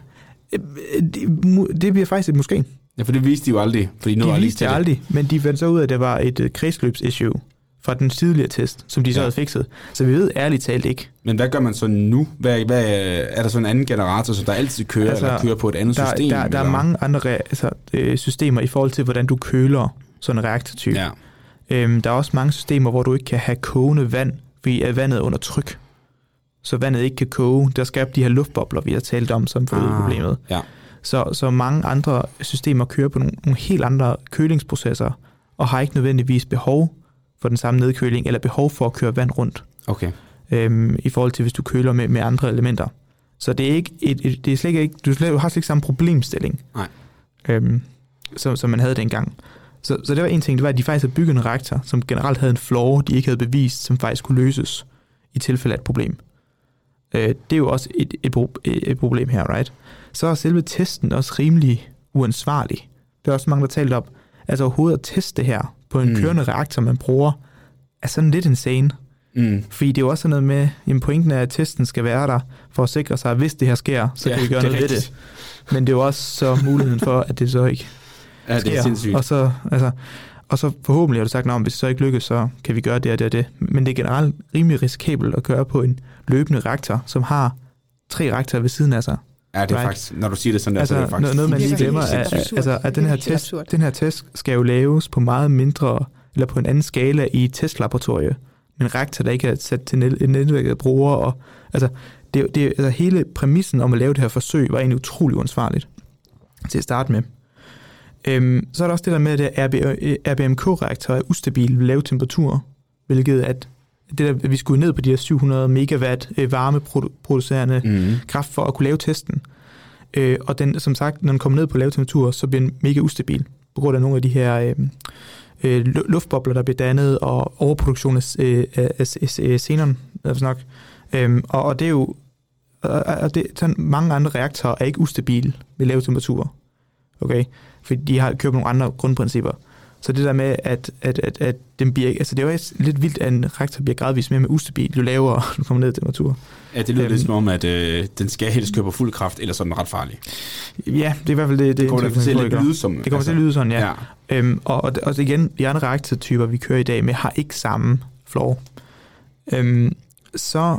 Speaker 3: Det, det bliver faktisk et måske.
Speaker 1: Ja, for det viste de jo aldrig. For de
Speaker 3: de viste det aldrig, men de fandt så ud af, at det var et kredsløbsissue fra den tidligere test, som de så ja. havde fikset. Så vi ved ærligt talt ikke.
Speaker 1: Men hvad gør man så nu? Hvad, hvad, er der så en anden generator, som der altid kører, altså, eller kører på et andet
Speaker 3: der,
Speaker 1: system?
Speaker 3: Der, der er mange andre altså, øh, systemer i forhold til, hvordan du køler sådan en reaktortype.
Speaker 1: Ja.
Speaker 3: Øhm, der er også mange systemer, hvor du ikke kan have kogende vand, fordi vandet er under tryk. Så vandet ikke kan koge. Der skal de her luftbobler, vi har talt om, som forøger ah, problemet.
Speaker 1: Ja.
Speaker 3: Så, så mange andre systemer kører på nogle, nogle helt andre kølingsprocesser, og har ikke nødvendigvis behov for den samme nedkøling, eller behov for at køre vand rundt.
Speaker 1: Okay.
Speaker 3: Øhm, I forhold til, hvis du køler med, med andre elementer. Så det er ikke et, et, det er slet ikke, du har slet ikke samme problemstilling,
Speaker 1: Nej.
Speaker 3: Øhm, som, som man havde dengang. Så, så det var en ting, det var, at de faktisk havde bygget en reaktor, som generelt havde en flaw, de ikke havde bevist, som faktisk kunne løses i tilfælde af et problem. Øh, det er jo også et, et, et problem her, right? Så er selve testen også rimelig uansvarlig. Det er også mange, der talt op. Altså overhovedet at teste det her på en mm. kørende reaktor, man bruger, er sådan lidt insane. Mm. Fordi det er jo også noget med, jamen pointen er, at testen skal være der, for at sikre sig, at hvis det her sker, så ja, kan vi gøre noget rigtigt. ved det. Men det er jo også så muligheden for, at det så ikke
Speaker 1: ja,
Speaker 3: sker.
Speaker 1: Det er sindssygt.
Speaker 3: Og så, altså, og så forhåbentlig har du sagt, at hvis det så ikke lykkes, så kan vi gøre det og det og det. Men det er generelt rimelig risikabelt at køre på en løbende reaktor, som har tre reaktorer ved siden af sig.
Speaker 1: Ja, det er right. faktisk, når du siger det sådan der,
Speaker 3: altså,
Speaker 1: så er det faktisk...
Speaker 3: Noget, man lige glemmer, er, altså, at den her, test, den her test skal jo laves på meget mindre, eller på en anden skala i et testlaboratorie, med en reaktor, der ikke er sat til net, netværket brugere. Og, altså, det, det, altså, hele præmissen om at lave det her forsøg var egentlig utrolig uansvarligt til at starte med. Øhm, så er der også det der med, at R B M K-reaktorer er ustabile ved lave temperaturer, hvilket at det der, at vi skulle ned på de her syv hundrede megawatt varmeproducerende mm. kraft for at kunne lave testen. Øh, og den, som sagt, når den kommer ned på lave temperaturer, så bliver den mega ustabil, på grund af nogle af de her øh, øh, luftbobler, der bliver dannet, og overproduktion af, øh, af, af xenon, nok. Øhm, og, og det er jo, og det, sådan mange andre reaktorer er ikke ustabile ved lave temperaturer. Okay? Fordi de har købt nogle andre grundprincipper. Så det der med, at, at, at, at den bliver, altså det er jo lidt vildt, at en reaktor bliver gradvist mere med ustabil, jo lavere du kommer ned i temperatur.
Speaker 1: Ja, det lyder um, lidt som om, at øh, den skal helst køre på fuld kraft, eller så er den ret farlig.
Speaker 3: Ja, det er i hvert fald det. Det,
Speaker 1: det kommer til at lyde som.
Speaker 3: Det kommer altså, til at lyde sådan, ja. ja. Øhm, og, og igen, de andre reaktortyper, vi kører i dag med, har ikke samme floor. Øhm, så,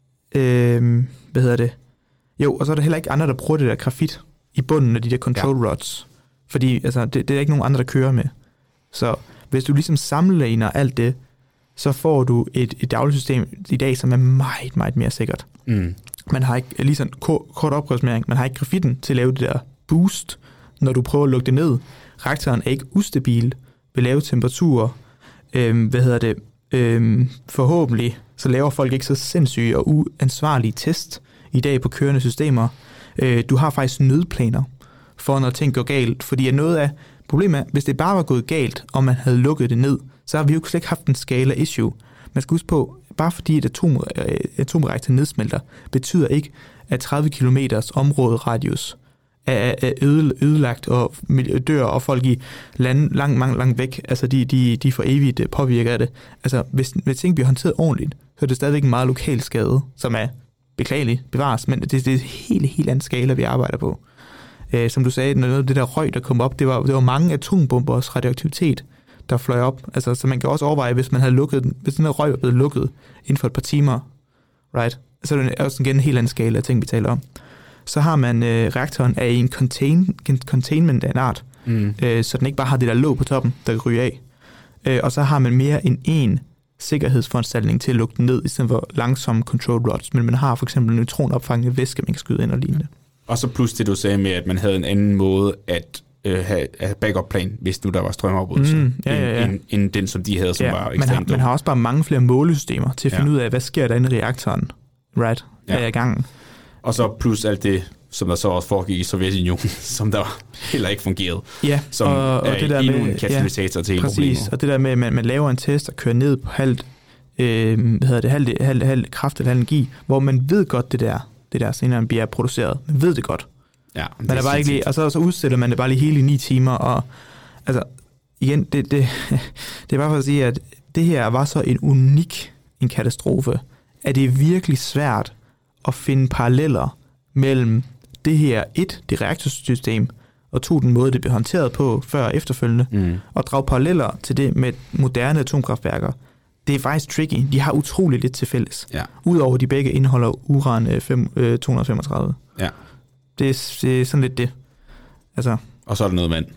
Speaker 3: øhm, hvad hedder det? Jo, og så er der heller ikke andre, der bruger det der grafit i bunden af de der control ja. rods. Fordi altså, det, det er ikke nogen andre, der kører med. Så hvis du ligesom sammenligner alt det, så får du et, et dagligsystem i dag, som er meget, meget mere sikkert. Mm. Man har ikke, lige sådan kort opgravsmæring, man har ikke grafitten til at lave det der boost, når du prøver at lukke det ned. Reaktoren er ikke ustabil ved lave temperaturer. Øhm, hvad hedder det? Øhm, forhåbentlig så laver folk ikke så sindssyge og uansvarlige test i dag på kørende systemer. Øh, du har faktisk nødplaner for, når ting går galt, fordi noget af problemet er, hvis det bare var gået galt, og man havde lukket det ned, så har vi jo slet ikke haft en skala issue. Man skal huske på, bare fordi et atom, atomreaktor nedsmelter, betyder ikke, at tredive kilometers områderadius er, er ødelagt og dør, og folk i lande langt, langt, langt væk, altså de, de, de for evigt påvirker af det. Altså, hvis, hvis ting bliver håndteret ordentligt, så er det stadigvæk en meget lokal skade, som er beklagelig bevares, men det, det er en helt, helt anden skala, vi arbejder på. Øh, som du sagde, noget af det der røg, der kom op, det var, det var mange atombombers radioaktivitet, der fløj op. Altså, så man kan også overveje, hvis man havde lukket den, hvis den her røg var blevet lukket inden for et par timer, right? Så er det også igen en helt anden skala af ting, vi taler om. Så har man øh, reaktoren af en contain, containment af en art, mm. øh, så den ikke bare har det der låg på toppen, der kan ryge af. Øh, og så har man mere end en sikkerhedsforanstaltning til at lukke den ned, i stedet for langsomme control rods, men man har for eksempel neutronopfangende væske, man kan skyde ind og lignende. Og
Speaker 1: så plus det, du sagde med, at man havde en anden måde at øh, have, have backup-plan, hvis nu der var strømafbrydelse,
Speaker 3: mm, ja, ja, ja.
Speaker 1: end, end den, som de havde, som
Speaker 3: ja,
Speaker 1: var ekstremt
Speaker 3: man har, man har også bare mange flere målesystemer til at finde
Speaker 1: ja.
Speaker 3: ud af, hvad sker der inde i reaktoren, right, ja. Hvad er i gangen.
Speaker 1: Og så plus alt det, som der så også foregik i Sovjetunionen, som der heller ikke fungerede.
Speaker 3: Ja,
Speaker 1: som
Speaker 3: og, og
Speaker 1: er
Speaker 3: det der
Speaker 1: endnu
Speaker 3: med,
Speaker 1: en katalysator ja, til hele
Speaker 3: præcis,
Speaker 1: problemet.
Speaker 3: Og det der med, at man, man laver en test og kører ned på halvt, øh, hvad hedder det, halvt, halvt, halvt kraft eller halvt energi, hvor man ved godt det der, det der senere bliver produceret. Man ved det godt.
Speaker 1: Ja,
Speaker 3: man er bare ikke lige, og så, så udstiller man det bare lige hele i ni timer, og altså, igen, det, det, det er bare for at sige, at det her var så en unik en katastrofe, at det er virkelig svært at finde paralleller mellem det her, et, det reaktorsystem, og to, den måde, det blev håndteret på før og efterfølgende, mm. og drage paralleller til det med moderne atomkraftværker. Det er faktisk tricky. De har utroligt lidt til fælles.
Speaker 1: Ja. Udover
Speaker 3: de begge indeholder uran to hundrede femogtredive.
Speaker 1: Ja.
Speaker 3: Det er, det er sådan lidt det. Altså,
Speaker 1: og så er der noget vand.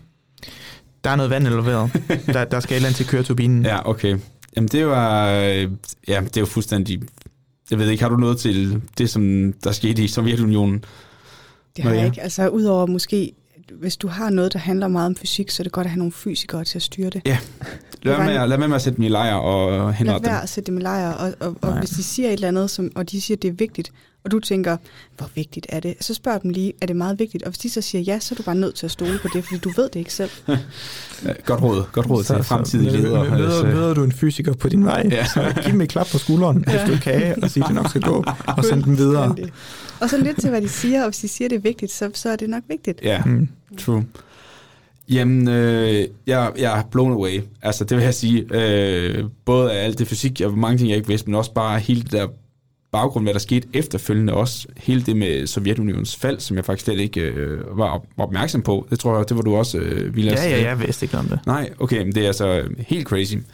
Speaker 3: Der er noget vand involveret. der, der skal et eller andet til køreturbinen.
Speaker 1: Ja, okay. Jamen det var, ja, det er jo fuldstændig, jeg ved ikke, har du noget til det, som der skete i Sovjetunionen?
Speaker 2: Det har jeg ikke. Altså udover måske, hvis du har noget, der handler meget om fysik, så er det godt at have nogle fysikere til at styre det.
Speaker 1: Ja, lad med, en... lad med, med at sætte dem i lejr og henrette dem.
Speaker 2: Lad være at sætte dem i lejr, og, og, og hvis de siger et eller andet, som, og de siger, at det er vigtigt, og du tænker, hvor vigtigt er det? Så spørg dem lige, er det meget vigtigt? Og hvis de så siger ja, så er du bare nødt til at stole på det, fordi du ved det ikke selv.
Speaker 1: Ja, godt råd, godt råd til fremtidige ledere.
Speaker 3: Møder, møder du en fysiker på din vej, ja. Så giv dem et klap på skulderen, ja. Hvis du kan, og sige, at det nok skal gå, og send dem videre.
Speaker 2: Og så lidt til, hvad de siger, og hvis de siger, det er vigtigt, så, så er det nok vigtigt.
Speaker 1: Ja, mm. True. Jamen, øh, jeg, jeg er blown away. Altså, det vil jeg sige. Øh, både af alt det fysik, og mange ting, jeg ikke vidste, men også bare hele det der baggrund, hvad der skete efterfølgende også. Hele det med Sovjetunionens fald, som jeg faktisk slet ikke øh, var opmærksom på. Det tror jeg, det var du også, øh, Vilas.
Speaker 3: Ja, ja, jeg vidste ikke om det.
Speaker 1: Nej, okay, men det er altså helt crazy.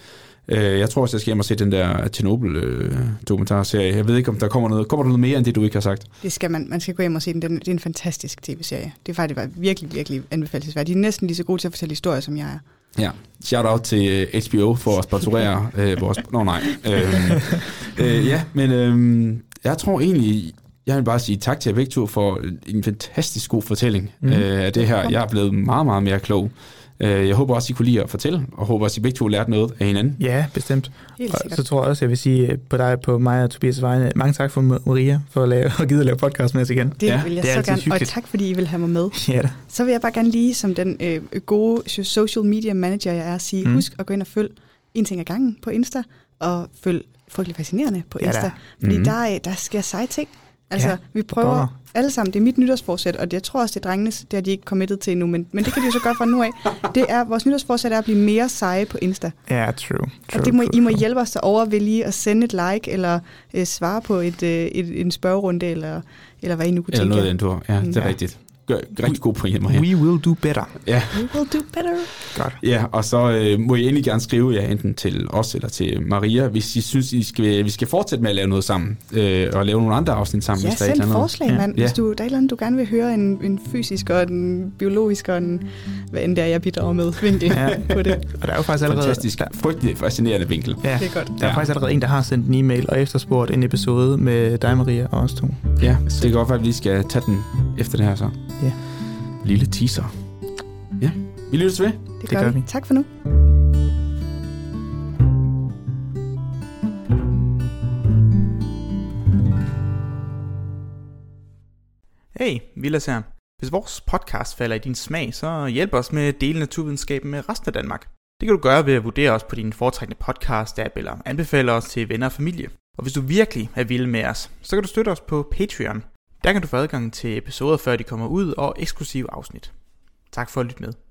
Speaker 1: Øh, jeg tror også, jeg skal hjem og se den der Chernobyl-dokumentarserie. Jeg ved ikke, om der kommer noget, kommer der noget mere, end det, du ikke har sagt?
Speaker 2: Det skal man. Man skal gå hjem og se den. Det er en fantastisk tv-serie. Det er faktisk virkelig, virkelig anbefalelsesværdigt. De er næsten lige så gode til at fortælle historier, som jeg er.
Speaker 1: Ja, shout out til H B O for at sponsorere øh, vores... Nå nej. Øh, øh, ja, men øh, jeg tror egentlig... Jeg vil bare sige tak til jer begge to for en fantastisk god fortælling mm. øh, af det her. Jeg er blevet meget, meget mere klog. Jeg håber også, I kunne lide at fortælle, og håber også, I begge to lærte noget af hinanden.
Speaker 3: Ja, bestemt. Og så tror jeg også, jeg vil sige på dig, på mig og Tobias' vegne, mange tak for Maria for at lave, og give at lave podcast med os igen.
Speaker 2: Det ja, vil jeg det så gerne, hyggeligt. Og tak fordi I vil have mig med.
Speaker 3: Ja da.
Speaker 2: Så vil jeg bare gerne lige, som den øh, gode social media manager, jeg er, sige, mm. husk at gå ind og følge en ting ad gangen på Insta, og følg Frygtelig Fascinerende på Insta. Ja, fordi mm. der, der sker seje ting. Altså, ja, vi prøver alle sammen, det er mit nytårsforsæt, og jeg tror også, det er drengenes, det har de ikke committed til endnu, men, men det kan de jo så gøre fra nu af. Det er, vores nytårsforsæt er at blive mere seje på Insta.
Speaker 3: Ja, yeah, true, true.
Speaker 2: Og det må,
Speaker 3: true,
Speaker 2: I må
Speaker 3: true.
Speaker 2: hjælpe os derovre ved lige at sende et like, eller øh, svare på et, øh, et, en spørgerunde, eller, eller hvad I nu kunne tænke.
Speaker 1: Eller noget af den, du har. Ja, det er ja. rigtigt. Gør, rigtig god point hjemme her.
Speaker 3: We will do better.
Speaker 1: Ja.
Speaker 2: We will do better.
Speaker 3: Godt.
Speaker 1: Ja, og så øh, må I endelig gerne skrive ja, enten til os eller til Maria, hvis I synes, I skal, vi skal fortsætte med at lave noget sammen, øh, og lave nogle andre afsnit sammen.
Speaker 2: Ja,
Speaker 1: hvis der
Speaker 2: send
Speaker 1: er et
Speaker 2: forslag, mand.
Speaker 1: Ja.
Speaker 2: Hvis du, der er et eller andet, du gerne vil høre, en, en fysisk og en biologisk og en, hvad end der jeg bidrager med, vinkel ja. på det.
Speaker 3: Og der er jo faktisk allerede...
Speaker 1: Fantastisk, frygtelig fascinerende vinkel.
Speaker 3: Ja,
Speaker 2: det er godt.
Speaker 3: Der er ja. faktisk allerede en, der har sendt en e-mail og efterspurgt en episode med dig, Maria, og os to.
Speaker 1: Ja, det kan godt være, at vi skal tage den efter det her så.
Speaker 3: Ja.
Speaker 1: Lille teaser. Ja, vi lyttes ved.
Speaker 2: Det gør, det gør vi. vi. Tak for nu.
Speaker 3: Hey, Vilas her. Hvis vores podcast falder i din smag, så hjælp os med at dele naturvidenskaben med resten af Danmark. Det kan du gøre ved at vurdere os på din foretrækkende podcast-app eller anbefale os til venner og familie. Og hvis du virkelig er vild med os, så kan du støtte os på Patreon. Der kan du få adgang til episoder, før de kommer ud, og eksklusive afsnit. Tak for at lytte med.